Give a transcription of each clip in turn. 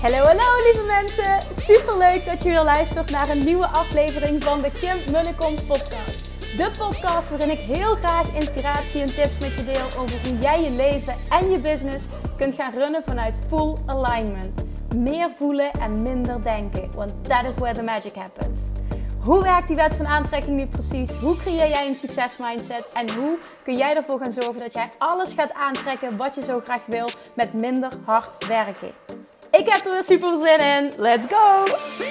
Hallo lieve mensen, superleuk dat je weer luistert naar een nieuwe aflevering van de Kim Munnekom podcast. De podcast waarin ik heel graag inspiratie en tips met je deel over hoe jij je leven en je business kunt gaan runnen vanuit full alignment. Meer voelen en minder denken, want that is where the magic happens. Hoe werkt die wet van aantrekking nu precies? Hoe creëer jij een succesmindset? En hoe kun jij ervoor gaan zorgen dat jij alles gaat aantrekken wat je zo graag wil met minder hard werken? Ik heb er weer super zin in. Let's go!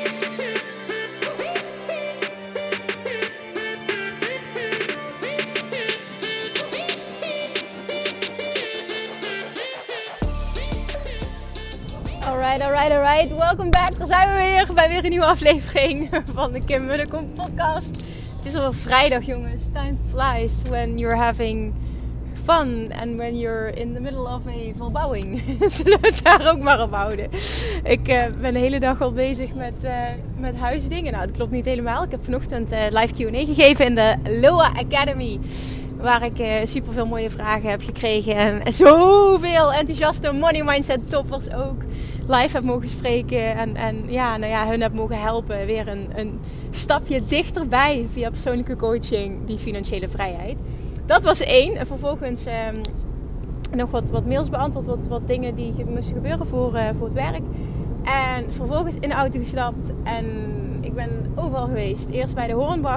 Alright. Welcome back. Daar zijn we weer bij weer een nieuwe aflevering van de Kim Munnekom podcast. Het is alweer vrijdag, jongens. Time flies when you're having fun and when you're in the middle of a verbouwing. Zullen we het daar ook maar op houden. Ik ben de hele dag al bezig met huisdingen. Nou, dat klopt niet helemaal. Ik heb vanochtend live Q&A gegeven in de Loa Academy. Waar ik super veel mooie vragen heb gekregen. En zoveel enthousiaste money mindset toppers ook live heb mogen spreken. En hun heb mogen helpen. Weer een stapje dichterbij via persoonlijke coaching. Die financiële vrijheid. Dat was 1. En vervolgens nog wat mails beantwoord. Wat dingen die moesten gebeuren voor het werk. En vervolgens in de auto gestapt. En ik ben overal geweest. Eerst bij de Hornbach.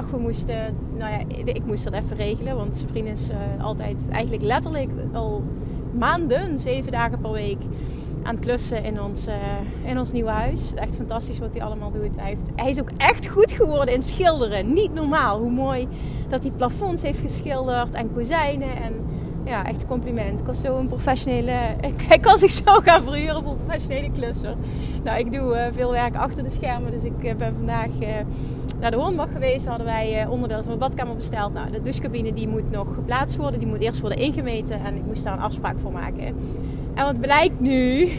Ik moest dat even regelen. Want zijn vriend is altijd eigenlijk letterlijk al maanden, 7 dagen per week aan het klussen in ons nieuwe huis. Echt fantastisch wat hij allemaal doet. Hij is ook echt goed geworden in schilderen. Niet normaal hoe mooi dat hij plafonds heeft geschilderd en kozijnen. En ja, echt een compliment. Ik was zo'n professionele... Hij kan zich zo gaan verhuren voor een professionele klusser. Nou, ik doe veel werk achter de schermen. Dus ik ben vandaag naar de Hornbach geweest. Hadden wij onderdeel van de badkamer besteld. Nou, de douchecabine die moet nog geplaatst worden. Die moet eerst worden ingemeten. En ik moest daar een afspraak voor maken. En wat blijkt nu...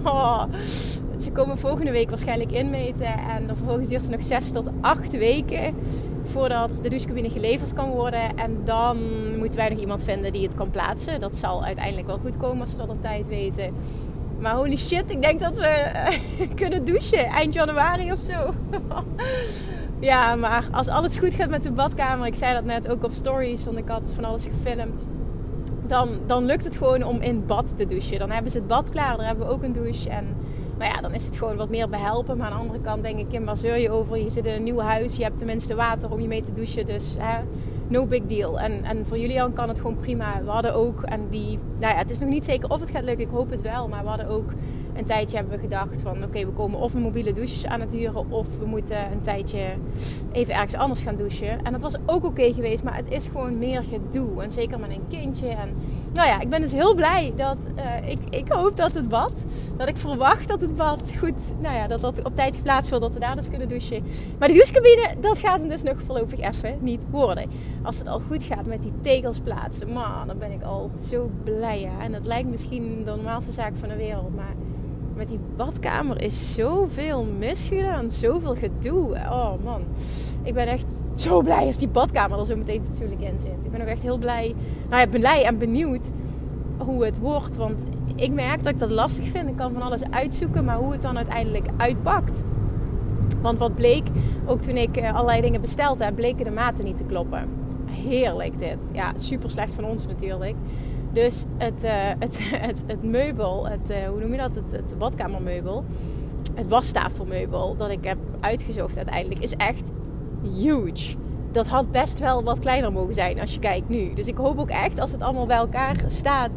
Ze komen volgende week waarschijnlijk inmeten. En dan vervolgens duurt het nog 6 tot 8 weken... voordat de douchecabine geleverd kan worden. En dan moeten wij nog iemand vinden die het kan plaatsen. Dat zal uiteindelijk wel goed komen als ze dat op tijd weten. Maar holy shit, ik denk dat we kunnen douchen eind januari of zo. Ja, maar als alles goed gaat met de badkamer... Ik zei dat net ook op stories, want ik had van alles gefilmd. Dan lukt het gewoon om in bad te douchen. Dan hebben ze het bad klaar, daar hebben we ook een douche. En nou ja, dan is het gewoon wat meer behelpen. Maar aan de andere kant denk ik, Kim, waar zeur je over? Je zit in een nieuw huis, je hebt tenminste water om je mee te douchen. Dus no big deal. En voor Julian kan het gewoon prima. We hadden ook, het is nog niet zeker of het gaat lukken. Ik hoop het wel. Maar we hadden ook een tijdje hebben we gedacht van... Oké, we komen of een mobiele douche aan het huren... of we moeten een tijdje even ergens anders gaan douchen. En dat was ook oké geweest. Maar het is gewoon meer gedoe. En zeker met een kindje. En nou ja, ik ben dus heel blij dat... Ik hoop dat het bad... dat ik verwacht dat het bad goed... dat op tijd geplaatst wordt. Dat we daar dus kunnen douchen. Maar de douchecabine, dat gaat hem dus nog voorlopig even niet worden. Als het al goed gaat met die tegels plaatsen... Man, dan ben ik al zo blij. Ja. En dat lijkt misschien de normaalste zaak van de wereld. Maar... met die badkamer is zoveel misgedaan. Zoveel gedoe. Oh man. Ik ben echt zo blij als die badkamer er zo meteen fatsoenlijk in zit. Ik ben ook echt heel blij. Nou, ik ben blij en benieuwd hoe het wordt. Want ik merk dat ik dat lastig vind. Ik kan van alles uitzoeken. Maar hoe het dan uiteindelijk uitpakt. Want wat bleek, ook toen ik allerlei dingen besteld heb, bleken de maten niet te kloppen. Heerlijk dit. Ja, super slecht van ons natuurlijk. Dus het meubel, hoe noem je dat? Het badkamermeubel, het wastafelmeubel dat ik heb uitgezocht uiteindelijk is echt huge. Dat had best wel wat kleiner mogen zijn als je kijkt nu. Dus ik hoop ook echt als het allemaal bij elkaar staat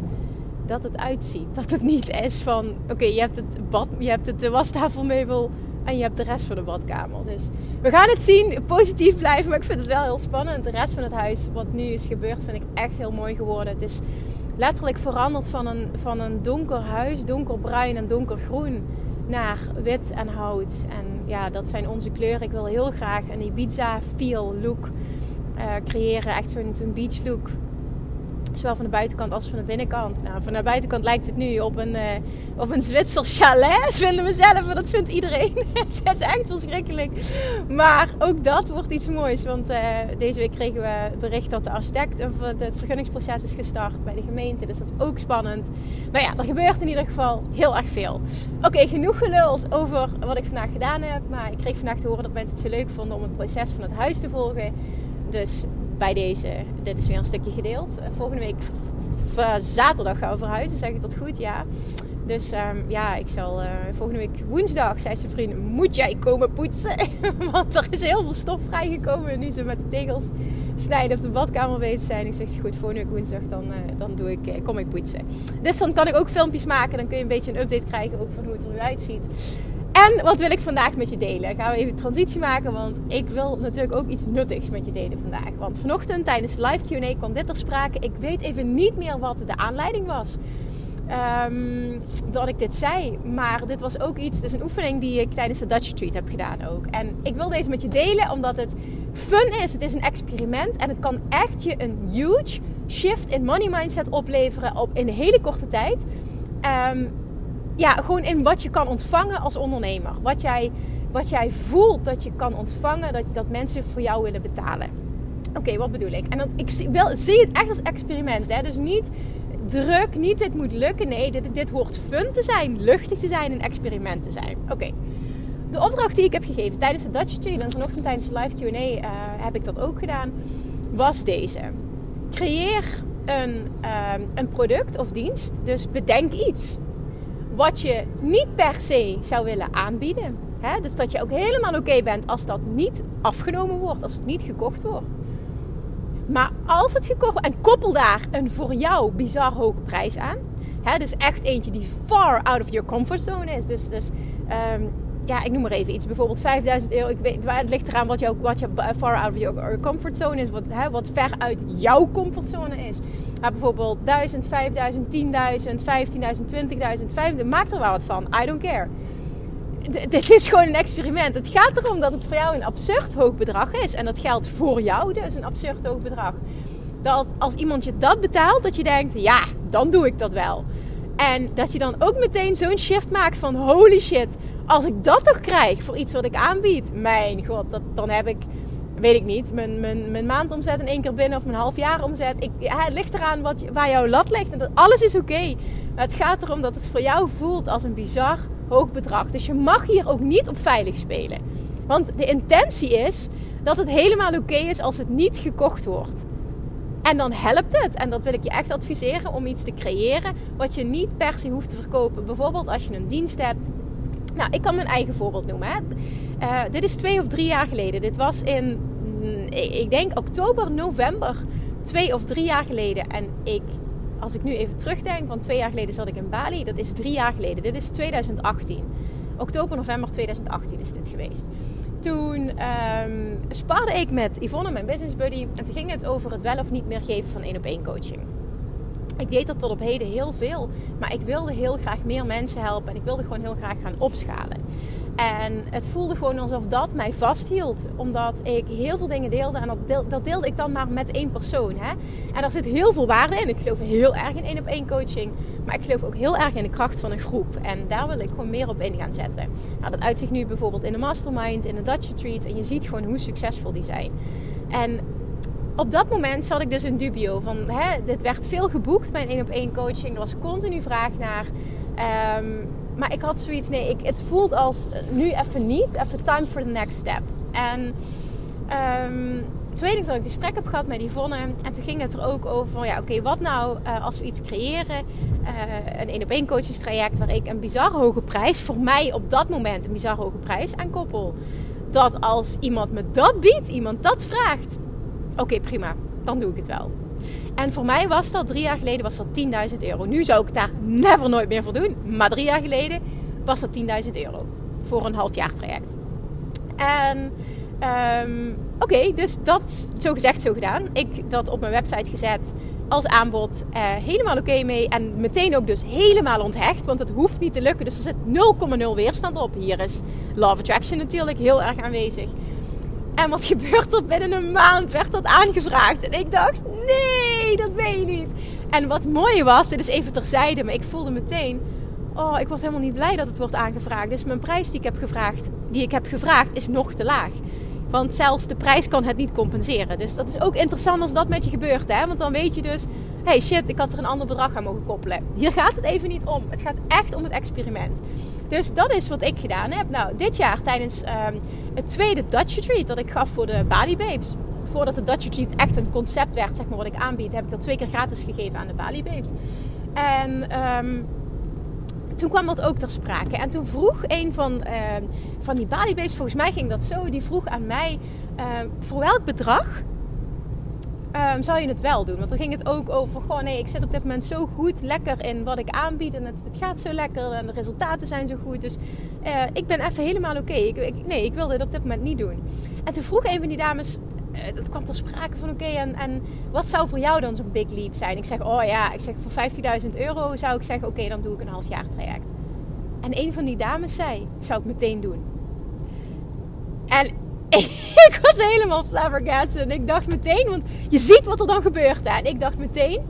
dat het uitziet. Dat het niet is van, oké, je hebt het wastafelmeubel en je hebt de rest van de badkamer. Dus we gaan het zien. Positief blijven. Maar ik vind het wel heel spannend. De rest van het huis wat nu is gebeurd vind ik echt heel mooi geworden. Het is letterlijk veranderd van een donker huis. Donkerbruin en donkergroen. Naar wit en hout. En ja, dat zijn onze kleuren. Ik wil heel graag een Ibiza feel look creëren. Echt zo'n beach look. Zowel van de buitenkant als van de binnenkant. Nou, van de buitenkant lijkt het nu op een Zwitser chalet. Vinden we zelf, maar dat vindt iedereen. Het is echt verschrikkelijk. Maar ook dat wordt iets moois. Want deze week kregen we het bericht dat de architect het vergunningsproces is gestart bij de gemeente. Dus dat is ook spannend. Maar ja, er gebeurt in ieder geval heel erg veel. Oké, genoeg geluld over wat ik vandaag gedaan heb. Maar ik kreeg vandaag te horen dat mensen het zo leuk vonden om het proces van het huis te volgen. Dus bij deze, dit is weer een stukje gedeeld. Volgende week zaterdag gaan we verhuizen, zeg ik dat goed? Ja. Dus ik zal volgende week woensdag, zei zijn vriend, moet jij komen poetsen? Want er is heel veel stof vrijgekomen nu ze met de tegels snijden op de badkamer bezig zijn. Ik zeg, goed, volgende week woensdag kom ik poetsen. Dus dan kan ik ook filmpjes maken. Dan kun je een beetje een update krijgen ook van hoe het er nu uitziet. En wat wil ik vandaag met je delen? Gaan we even transitie maken, want ik wil natuurlijk ook iets nuttigs met je delen vandaag. Want vanochtend tijdens de live Q&A kwam dit ter sprake. Ik weet even niet meer wat de aanleiding was dat ik dit zei. Maar dit was ook iets, het is een oefening die ik tijdens de Dutch Retreat heb gedaan ook. En ik wil deze met je delen omdat het fun is. Het is een experiment en het kan echt je een huge shift in money mindset opleveren in een hele korte tijd. Gewoon in wat je kan ontvangen als ondernemer. Wat jij voelt dat je kan ontvangen, dat mensen voor jou willen betalen. Oké, wat bedoel ik? En ik zie het echt als experiment. Hè? Dus niet druk, niet dit moet lukken. Nee, dit hoort fun te zijn, luchtig te zijn, een experiment te zijn. Oké. De opdracht die ik heb gegeven tijdens de Dutch Retreat en vanochtend tijdens de live Q&A heb ik dat ook gedaan, was deze. Creëer een product of dienst. Dus bedenk iets wat je niet per se zou willen aanbieden. Hè? Dus dat je ook helemaal oké bent als dat niet afgenomen wordt. Als het niet gekocht wordt. Maar als het gekocht wordt. En koppel daar een voor jou bizar hoge prijs aan. Hè? Dus echt eentje die far out of your comfort zone is. Dus ik noem maar even iets. Bijvoorbeeld €5.000. Het ligt eraan wat je far out of your comfort zone is. Wat ver uit jouw comfortzone is. Maar bijvoorbeeld 1.000, 5.000, 10.000, 15.000, 20.000, 5.000. Maak er wel wat van. I don't care. Dit is gewoon een experiment. Het gaat erom dat het voor jou een absurd hoog bedrag is. En dat geldt voor jou dus een absurd hoog bedrag. Dat als iemand je dat betaalt, dat je denkt, ja, dan doe ik dat wel. En dat je dan ook meteen zo'n shift maakt van holy shit, als ik dat toch krijg voor iets wat ik aanbied. Mijn god, dan heb ik, weet ik niet, mijn maandomzet in 1 keer binnen of mijn halfjaaromzet. Het ligt eraan waar jouw lat ligt. En dat alles is oké. Maar het gaat erom dat het voor jou voelt als een bizar hoog bedrag. Dus je mag hier ook niet op veilig spelen. Want de intentie is dat het helemaal oké is als het niet gekocht wordt. En dan helpt het. En dat wil ik je echt adviseren om iets te creëren wat je niet per se hoeft te verkopen. Bijvoorbeeld als je een dienst hebt. Nou, ik kan mijn eigen voorbeeld noemen. Hè. Dit is 2 of 3 jaar geleden. Dit was in, ik denk oktober, november, 2 of 3 jaar geleden. En als ik nu even terugdenk, want 2 jaar geleden zat ik in Bali. Dat is 3 jaar geleden. Dit is 2018. Oktober, november 2018 is dit geweest. Toen sparde ik met Yvonne, mijn business buddy. En toen ging het over het wel of niet meer geven van 1-op-1 coaching. Ik deed dat tot op heden heel veel. Maar ik wilde heel graag meer mensen helpen. En ik wilde gewoon heel graag gaan opschalen. En het voelde gewoon alsof dat mij vasthield. Omdat ik heel veel dingen deelde. En dat deelde ik dan maar met 1 persoon. Hè? En daar zit heel veel waarde in. Ik geloof heel erg in 1-op-1 coaching. Maar ik geloof ook heel erg in de kracht van een groep. En daar wil ik gewoon meer op in gaan zetten. Nou, dat uitzicht nu bijvoorbeeld in de mastermind, in de Dutch Retreat. En je ziet gewoon hoe succesvol die zijn. En op dat moment zat ik dus in dubio. Van, dit werd veel geboekt, mijn 1-op-1 coaching. Er was continu vraag naar. Maar ik had zoiets, het voelt als nu even niet. Even time for the next step. En toen weet ik dat ik een gesprek heb gehad met Yvonne. En toen ging het er ook over van, oké, wat nou als we iets creëren. Een 1-op-1 coachingstraject waar ik een bizar hoge prijs, voor mij op dat moment een bizar hoge prijs aan koppel. Dat als iemand me dat biedt, iemand dat vraagt. Oké, prima, dan doe ik het wel. En voor mij was dat 3 jaar geleden was dat €10.000. Nu zou ik het daar never nooit meer voor doen. Maar 3 jaar geleden was dat €10.000 voor een halfjaar traject. En oké, dus dat zo gezegd, zo gedaan. Ik dat op mijn website gezet als aanbod. Helemaal oké mee. En meteen ook dus helemaal onthecht. Want het hoeft niet te lukken. Dus er zit 0,0 weerstand op. Hier is Law of Attraction natuurlijk heel erg aanwezig. En wat gebeurt er? Binnen een maand werd dat aangevraagd. En ik dacht, nee, dat weet je niet. En wat mooi was, dit is even terzijde, maar ik voelde meteen, oh, ik word helemaal niet blij dat het wordt aangevraagd. Dus mijn prijs die ik heb gevraagd, is nog te laag. Want zelfs de prijs kan het niet compenseren. Dus dat is ook interessant als dat met je gebeurt. Hè? Want dan weet je dus, hey shit, ik had er een ander bedrag aan mogen koppelen. Hier gaat het even niet om. Het gaat echt om het experiment. Dus dat is wat ik gedaan heb. Nou, dit jaar tijdens het tweede Dutch Retreat dat ik gaf voor de Bali Babes. Voordat de Dutch Retreat echt een concept werd, zeg maar, wat ik aanbied, heb ik dat 2 keer gratis gegeven aan de Bali Babes. En toen kwam dat ook ter sprake. En toen vroeg een van die Bali Babes, volgens mij ging dat zo, die vroeg aan mij, voor welk bedrag zou je het wel doen? Want dan ging het ook over, gewoon nee, ik zit op dit moment zo goed, lekker in wat ik aanbied en het gaat zo lekker en de resultaten zijn zo goed. Dus ik ben even helemaal oké. Ik wil dit op dit moment niet doen. En toen vroeg een van die dames, dat kwam ter sprake van oké, en wat zou voor jou dan zo'n big leap zijn? Ik zeg, voor €50.000 zou ik zeggen, oké, dan doe ik een halfjaar traject. En een van die dames zei, zou ik meteen doen. En ik was helemaal flabbergasted. En ik dacht meteen, want je ziet wat er dan gebeurt. Hè? En ik dacht meteen,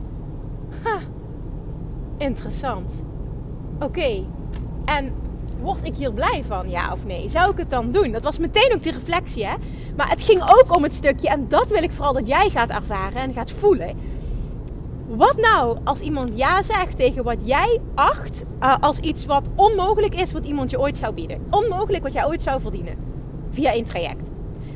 interessant. Oké. En word ik hier blij van, ja of nee? Zou ik het dan doen? Dat was meteen ook die reflectie, hè? Maar het ging ook om het stukje, en dat wil ik vooral dat jij gaat ervaren en gaat voelen. Wat nou als iemand ja zegt tegen wat jij acht als iets wat onmogelijk is, wat iemand je ooit zou bieden? Onmogelijk wat jij ooit zou verdienen. Via een traject.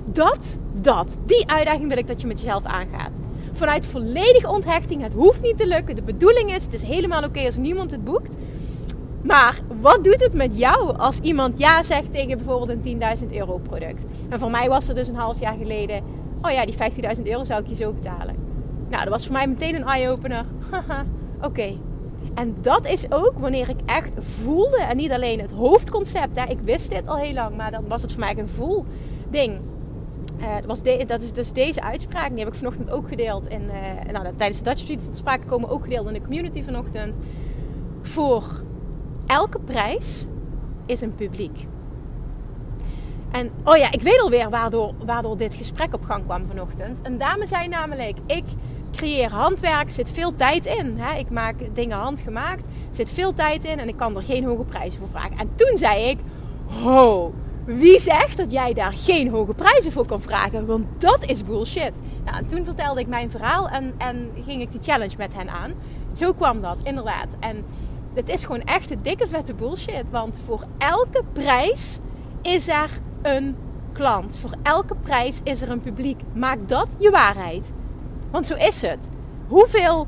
Die uitdaging wil ik dat je met jezelf aangaat. Vanuit volledige onthechting. Het hoeft niet te lukken. De bedoeling is, het is helemaal oké als niemand het boekt. Maar wat doet het met jou als iemand ja zegt tegen bijvoorbeeld een €10.000 product? En voor mij was het dus een half jaar geleden, oh ja, die €50.000 zou ik je zo betalen. Nou, dat was voor mij meteen een eye-opener. Oké. En dat is ook wanneer ik echt voelde, en niet alleen het hoofdconcept, hè, ik wist dit al heel lang, maar dan was het voor mij een voelding. Dat is dus deze uitspraak, die heb ik vanochtend ook gedeeld tijdens de Dutch Retreat. De spraken komen ook gedeeld in de community vanochtend. Voor elke prijs is een publiek. En oh ja, ik weet alweer waardoor dit gesprek op gang kwam vanochtend. Een dame zei namelijk, ik creëer handwerk, zit veel tijd in. Hè? Ik maak dingen handgemaakt, zit veel tijd in en ik kan er geen hoge prijzen voor vragen. En toen zei ik, wie zegt dat jij daar geen hoge prijzen voor kan vragen? Want dat is bullshit. Nou, en toen vertelde ik mijn verhaal en ging ik die challenge met hen aan. Zo kwam dat, inderdaad. En het is gewoon echt een dikke vette bullshit. Want voor elke prijs is er een klant. Voor elke prijs is er een publiek. Maak dat je waarheid. Want zo is het. Hoeveel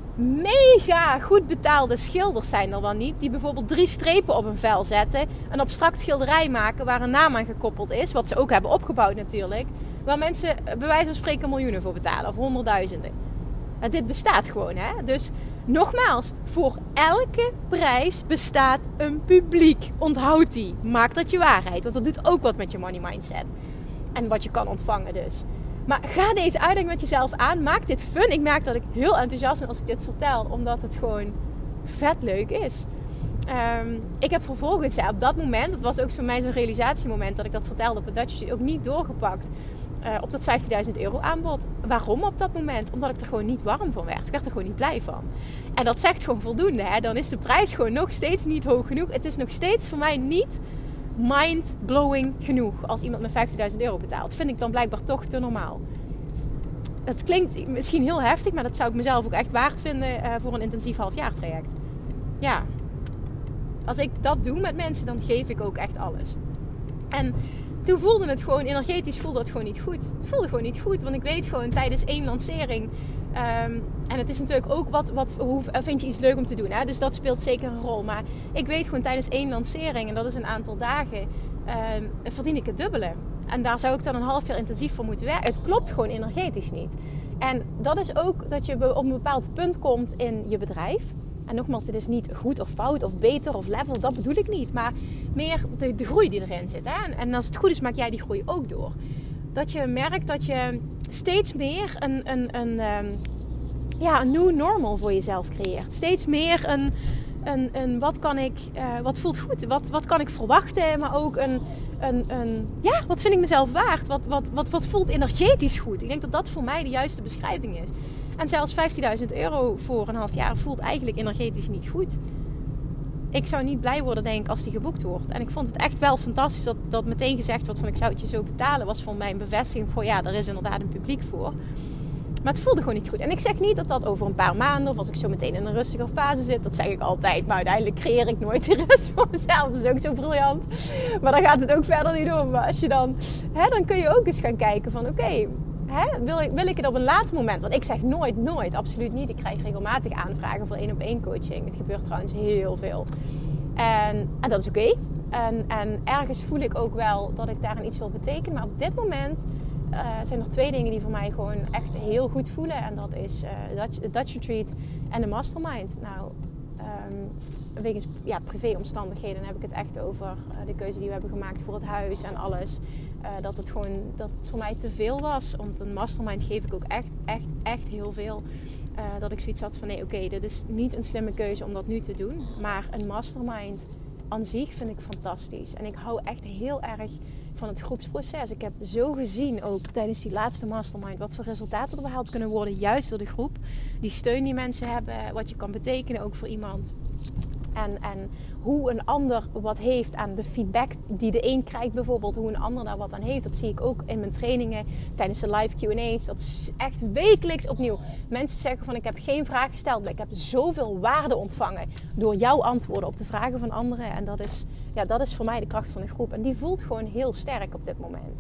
mega goed betaalde schilders zijn er wel niet, die bijvoorbeeld 3 strepen op een vel zetten, een abstract schilderij maken waar een naam aan gekoppeld is, wat ze ook hebben opgebouwd natuurlijk, waar mensen bij wijze van spreken miljoenen voor betalen of honderdduizenden. Maar dit bestaat gewoon, hè? Dus nogmaals, voor elke prijs bestaat een publiek. Onthoud die. Maak dat je waarheid, want dat doet ook wat met je money mindset en wat je kan ontvangen dus. Maar ga deze uitdaging met jezelf aan. Maak dit fun. Ik merk dat ik heel enthousiast ben als ik dit vertel. Omdat het gewoon vet leuk is. Ik heb vervolgens op dat moment, dat was ook voor mij zo'n realisatiemoment dat ik dat vertelde op het Dutch Retreat, ook niet doorgepakt op dat €50.000 aanbod. Waarom op dat moment? Omdat ik er gewoon niet warm van werd. Ik werd er gewoon niet blij van. En dat zegt gewoon voldoende. Hè? Dan is de prijs gewoon nog steeds niet hoog genoeg. Het is nog steeds voor mij niet mind-blowing genoeg als iemand me €50.000 betaalt. Dat vind ik dan blijkbaar toch te normaal. Dat klinkt misschien heel heftig, maar dat zou ik mezelf ook echt waard vinden voor een intensief halfjaartraject. Ja, als ik dat doe met mensen, dan geef ik ook echt alles. En toen voelde het gewoon, energetisch voelde het gewoon niet goed. Het voelde gewoon niet goed, want ik weet gewoon tijdens 1 lancering... en het is natuurlijk ook hoe vind je iets leuk om te doen. Hè? Dus dat speelt zeker een rol. Maar ik weet gewoon tijdens 1 lancering, en dat is een aantal dagen, verdien ik het dubbele. En daar zou ik dan een half jaar intensief voor moeten werken. Het klopt gewoon energetisch niet. En dat is ook dat je op een bepaald punt komt in je bedrijf. En nogmaals, dit is niet goed of fout of beter of level. Dat bedoel ik niet. Maar meer de groei die erin zit. Hè? En als het goed is, maak jij die groei ook door. Dat je merkt dat je steeds meer een new normal voor jezelf creëert. Steeds meer wat voelt goed? Wat kan ik verwachten? Maar ook wat vind ik mezelf waard? Wat voelt energetisch goed? Ik denk dat dat voor mij de juiste beschrijving is. En zelfs €15.000 voor een half jaar voelt eigenlijk energetisch niet goed. Ik zou niet blij worden, denk ik, als die geboekt wordt. En ik vond het echt wel fantastisch dat meteen gezegd wordt van ik zou het je zo betalen. Was voor mij een bevestiging van ja, er is inderdaad een publiek voor. Maar het voelde gewoon niet goed. En ik zeg niet dat dat over een paar maanden of als ik zo meteen in een rustige fase zit. Dat zeg ik altijd. Maar uiteindelijk creëer ik nooit de rust voor mezelf. Dat is ook zo briljant. Maar dan gaat het ook verder niet om. Maar als je dan kun je ook eens gaan kijken van oké, wil ik het op een later moment? Want ik zeg nooit, absoluut niet. Ik krijg regelmatig aanvragen voor 1-op-1 coaching. Het gebeurt trouwens heel veel. En dat is oké. En ergens voel ik ook wel dat ik daarin iets wil betekenen. Maar op dit moment zijn er 2 dingen die voor mij gewoon echt heel goed voelen. En dat is de Dutch Retreat en de Mastermind. Nou, wegens privéomstandigheden heb ik het echt over de keuze die we hebben gemaakt voor het huis en alles. Dat het voor mij te veel was. Want een Mastermind geef ik ook echt heel veel. Dat ik zoiets had van nee, dit is niet een slimme keuze om dat nu te doen. Maar een Mastermind aan zich vind ik fantastisch. En ik hou echt heel erg van het groepsproces. Ik heb zo gezien ook tijdens die laatste Mastermind wat voor resultaten er behaald kunnen worden. Juist door de groep. Die steun die mensen hebben. Wat je kan betekenen ook voor iemand. En hoe een ander wat heeft aan de feedback die de een krijgt bijvoorbeeld. Hoe een ander daar wat aan heeft. Dat zie ik ook in mijn trainingen tijdens de live Q&A's. Dat is echt wekelijks opnieuw. Mensen zeggen van ik heb geen vraag gesteld. Maar ik heb zoveel waarde ontvangen door jouw antwoorden op de vragen van anderen. En dat is voor mij de kracht van de groep. En die voelt gewoon heel sterk op dit moment.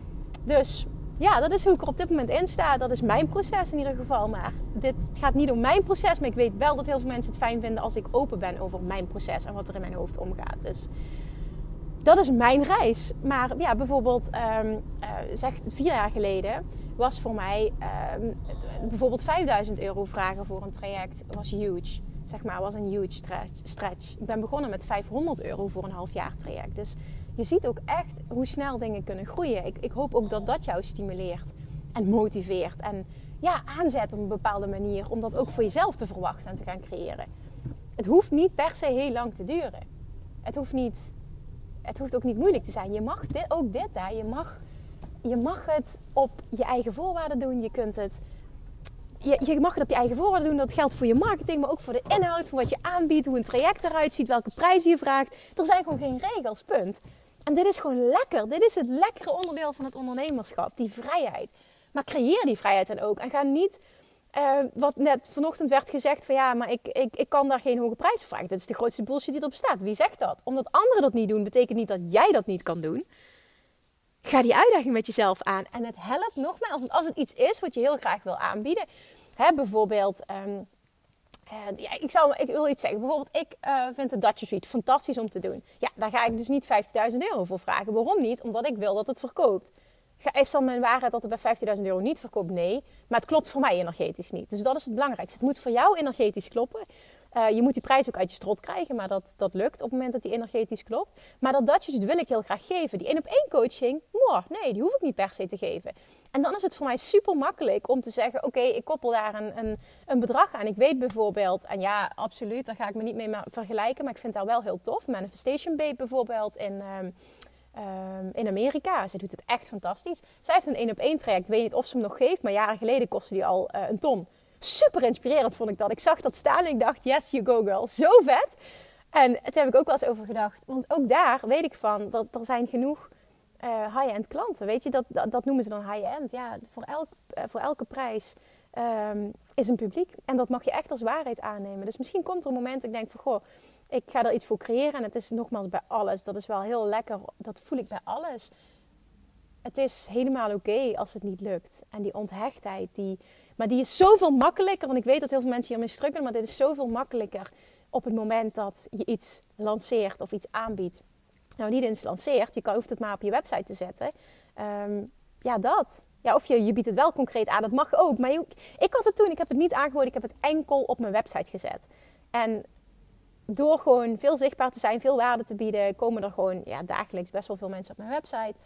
Dus ja, dat is hoe ik er op dit moment in sta. Dat is mijn proces in ieder geval. Maar dit gaat niet om mijn proces. Maar ik weet wel dat heel veel mensen het fijn vinden als ik open ben over mijn proces. En wat er in mijn hoofd omgaat. Dus dat is mijn reis. Maar ja, bijvoorbeeld 4 jaar geleden was voor mij bijvoorbeeld €5.000 vragen voor een traject was huge. Zeg maar, was een huge stretch. Ik ben begonnen met €500 voor een half jaar traject. Dus je ziet ook echt hoe snel dingen kunnen groeien. Ik hoop ook dat dat jou stimuleert en motiveert. En ja, aanzet op een bepaalde manier om dat ook voor jezelf te verwachten en te gaan creëren. Het hoeft niet per se heel lang te duren. Het hoeft ook niet moeilijk te zijn. Je mag je mag het op je eigen voorwaarden doen. Je mag het op je eigen voorwaarden doen. Dat geldt voor je marketing, maar ook voor de inhoud, voor wat je aanbiedt, hoe een traject eruit ziet, welke prijzen je vraagt. Er zijn gewoon geen regels, punt. En dit is gewoon lekker. Dit is het lekkere onderdeel van het ondernemerschap, die vrijheid. Maar creëer die vrijheid dan ook. En ga niet, wat net vanochtend werd gezegd, van ja, maar ik kan daar geen hoge prijs voor vragen. Dit is de grootste bullshit die erop staat. Wie zegt dat? Omdat anderen dat niet doen, betekent niet dat jij dat niet kan doen. Ga die uitdaging met jezelf aan. En het helpt nogmaals, als het iets is wat je heel graag wil aanbieden. Bijvoorbeeld, ik wil iets zeggen. Bijvoorbeeld, ik vind de Dutch Retreat fantastisch om te doen. Ja, daar ga ik dus niet €15.000 voor vragen. Waarom niet? Omdat ik wil dat het verkoopt. Is dan mijn waarheid dat het bij €15.000 niet verkoopt? Nee. Maar het klopt voor mij energetisch niet. Dus dat is het belangrijkste. Het moet voor jou energetisch kloppen. Je moet die prijs ook uit je strot krijgen. Maar dat lukt op het moment dat die energetisch klopt. Maar dat Dutch Retreat wil ik heel graag geven. Die 1-op-1 coaching, nee, die hoef ik niet per se te geven. En dan is het voor mij super makkelijk om te zeggen, oké, ik koppel daar een bedrag aan. Ik weet bijvoorbeeld, en ja, absoluut, daar ga ik me niet mee vergelijken. Maar ik vind dat wel heel tof. Manifestation Babe bijvoorbeeld in Amerika. Ze doet het echt fantastisch. Zij heeft een 1-op-1 traject. Ik weet niet of ze hem nog geeft, maar jaren geleden kostte die al een ton. Super inspirerend vond ik dat. Ik zag dat staan en ik dacht, yes, you go girl. Zo vet. En het heb ik ook wel eens over gedacht. Want ook daar weet ik van, dat er zijn genoeg high-end klanten. Weet je, dat noemen ze dan high-end. Ja, voor elke prijs is een publiek. En dat mag je echt als waarheid aannemen. Dus misschien komt er een moment dat ik denk van, goh, ik ga er iets voor creëren. En het is nogmaals bij alles. Dat is wel heel lekker. Dat voel ik bij alles. Het is helemaal oké als het niet lukt. En die onthechtheid, maar die is zoveel makkelijker. Want ik weet dat heel veel mensen hiermee struggelen. Maar dit is zoveel makkelijker op het moment dat je iets lanceert of iets aanbiedt. Nou, niet eens lanceert. Je hoeft het maar op je website te zetten. Dat. Ja, of je biedt het wel concreet aan. Dat mag ook. Maar ik had het toen. Ik heb het niet aangeboden. Ik heb het enkel op mijn website gezet. En door gewoon veel zichtbaar te zijn, veel waarde te bieden, komen er gewoon dagelijks best wel veel mensen op mijn website.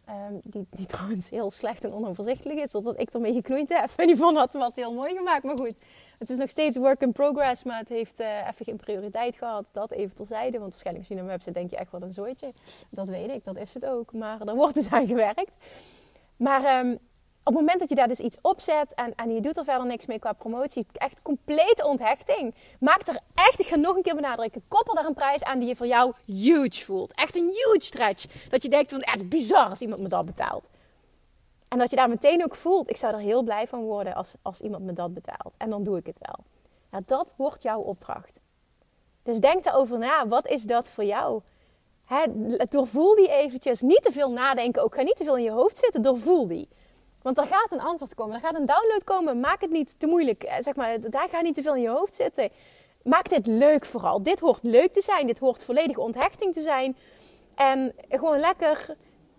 Die trouwens heel slecht en onoverzichtelijk is. Totdat ik ermee geknoeid heb. En die vond dat wat heel mooi gemaakt. Maar goed, het is nog steeds work in progress. Maar het heeft even geen prioriteit gehad. Dat even terzijde. Want waarschijnlijk als je naar mijn website denk je echt wat een zooitje. Dat weet ik, dat is het ook. Maar er wordt dus aan gewerkt. Maar op het moment dat je daar dus iets op zet en je doet er verder niks mee qua promotie, echt complete onthechting. Maak er echt, ik ga nog een keer benadrukken, koppel daar een prijs aan die je voor jou huge voelt. Echt een huge stretch. Dat je denkt van, het is bizar als iemand me dat betaalt. En dat je daar meteen ook voelt, ik zou er heel blij van worden als iemand me dat betaalt. En dan doe ik het wel. Ja, dat wordt jouw opdracht. Dus denk daarover na, wat is dat voor jou? Doorvoel die eventjes. Niet te veel nadenken ook. Ga niet te veel in je hoofd zitten, doorvoel die. Want er gaat een antwoord komen, er gaat een download komen. Maak het niet te moeilijk. Zeg maar, daar ga niet te veel in je hoofd zitten. Maak dit leuk vooral. Dit hoort leuk te zijn. Dit hoort volledige onthechting te zijn. En gewoon lekker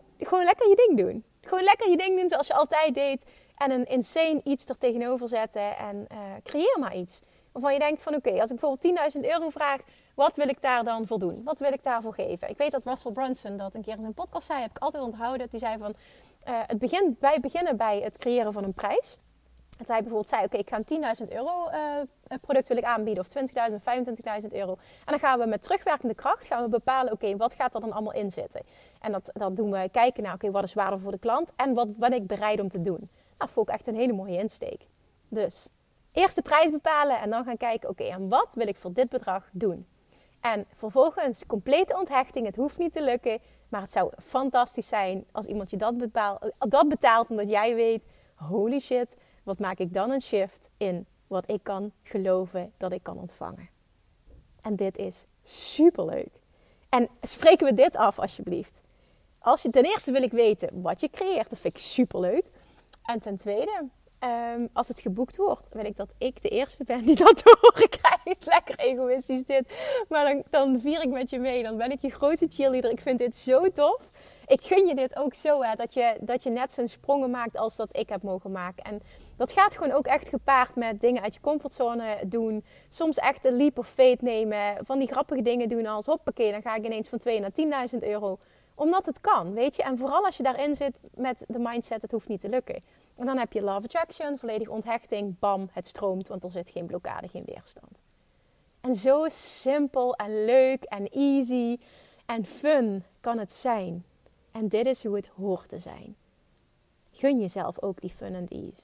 je ding doen. Gewoon lekker je ding doen zoals je altijd deed. En een insane iets er tegenover zetten. En creëer maar iets. Waarvan je denkt van oké, als ik bijvoorbeeld €10.000 vraag, wat wil ik daar dan voor doen? Wat wil ik daarvoor geven? Ik weet dat Russell Brunson dat een keer in zijn podcast zei. Heb ik altijd onthouden. Die zei van, wij beginnen bij het creëren van een prijs. Dat hij bijvoorbeeld zei, oké, ik ga een €10.000 product wil ik aanbieden. Of €20.000, €25.000. En dan gaan we met terugwerkende kracht bepalen, oké, wat gaat er dan allemaal in zitten? En dat doen we kijken naar, oké, wat is waardevol voor de klant? En wat ben ik bereid om te doen? Dat vond ik echt een hele mooie insteek. Dus eerst de prijs bepalen en dan gaan kijken, oké, en wat wil ik voor dit bedrag doen? En vervolgens complete onthechting. Het hoeft niet te lukken, maar het zou fantastisch zijn als iemand je dat betaalt omdat jij weet, holy shit, wat maak ik dan een shift in wat ik kan geloven dat ik kan ontvangen. En dit is superleuk. En spreken we dit af alsjeblieft. Ten eerste wil ik weten wat je creëert, dat vind ik superleuk. En ten tweede, als het geboekt wordt, wil ik dat ik de eerste ben die dat te horen krijgt. Lekker egoïstisch dit. Maar dan vier ik met je mee. Dan ben ik je grootste cheerleader. Ik vind dit zo tof. Ik gun je dit ook zo, hè, dat je net zo'n sprongen maakt als dat ik heb mogen maken. En dat gaat gewoon ook echt gepaard met dingen uit je comfortzone doen. Soms echt een leap of faith nemen. Van die grappige dingen doen als hoppakee, dan ga ik ineens van €2.000 naar €10.000. Omdat het kan, weet je. En vooral als je daarin zit met de mindset, het hoeft niet te lukken. En dan heb je love attraction, volledige onthechting, bam, het stroomt. Want er zit geen blokkade, geen weerstand. En zo simpel en leuk en easy en fun kan het zijn. En dit is hoe het hoort te zijn. Gun jezelf ook die fun en ease.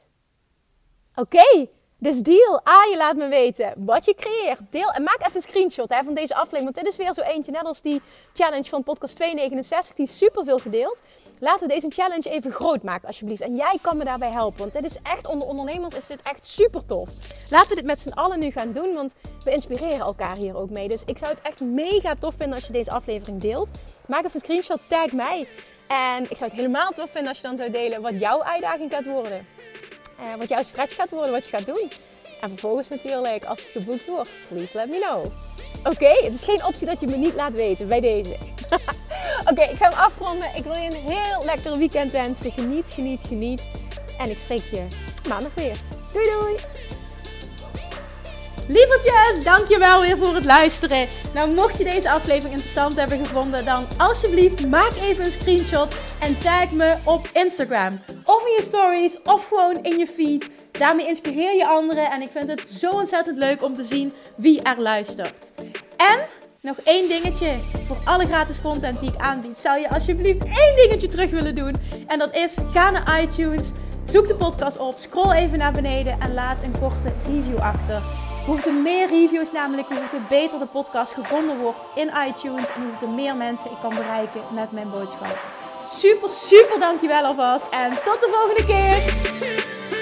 Oké, dus deal. Je laat me weten wat je creëert. Deel en maak even een screenshot van deze aflevering. Want dit is weer zo eentje, net als die challenge van podcast 269. Die is superveel gedeeld. Laten we deze challenge even groot maken alsjeblieft. En jij kan me daarbij helpen. Want dit is echt, onder ondernemers is dit echt super tof. Laten we dit met z'n allen nu gaan doen. Want we inspireren elkaar hier ook mee. Dus ik zou het echt mega tof vinden als je deze aflevering deelt. Maak even een screenshot, tag mij. En ik zou het helemaal tof vinden als je dan zou delen wat jouw uitdaging gaat worden. Wat jouw stretch gaat worden, wat je gaat doen. En vervolgens natuurlijk, als het geboekt wordt, please let me know. Oké, het is geen optie dat je me niet laat weten bij deze. Oké, ik ga hem afronden. Ik wil je een heel lekker weekend wensen. Geniet. En ik spreek je maandag weer. Doei! Lievertjes, dankjewel weer voor het luisteren. Nou, mocht je deze aflevering interessant hebben gevonden, dan alsjeblieft maak even een screenshot en tag me op Instagram. Of in je stories, of gewoon in je feed. Daarmee inspireer je anderen en ik vind het zo ontzettend leuk om te zien wie er luistert. En nog één dingetje. Voor alle gratis content die ik aanbied, zou je alsjeblieft één dingetje terug willen doen. En dat is, ga naar iTunes, zoek de podcast op, scroll even naar beneden en laat een korte review achter. Hoeveel meer reviews namelijk, hoeveel beter de podcast gevonden wordt in iTunes. En hoeveel meer mensen ik kan bereiken met mijn boodschap. Super dankjewel alvast. En tot de volgende keer.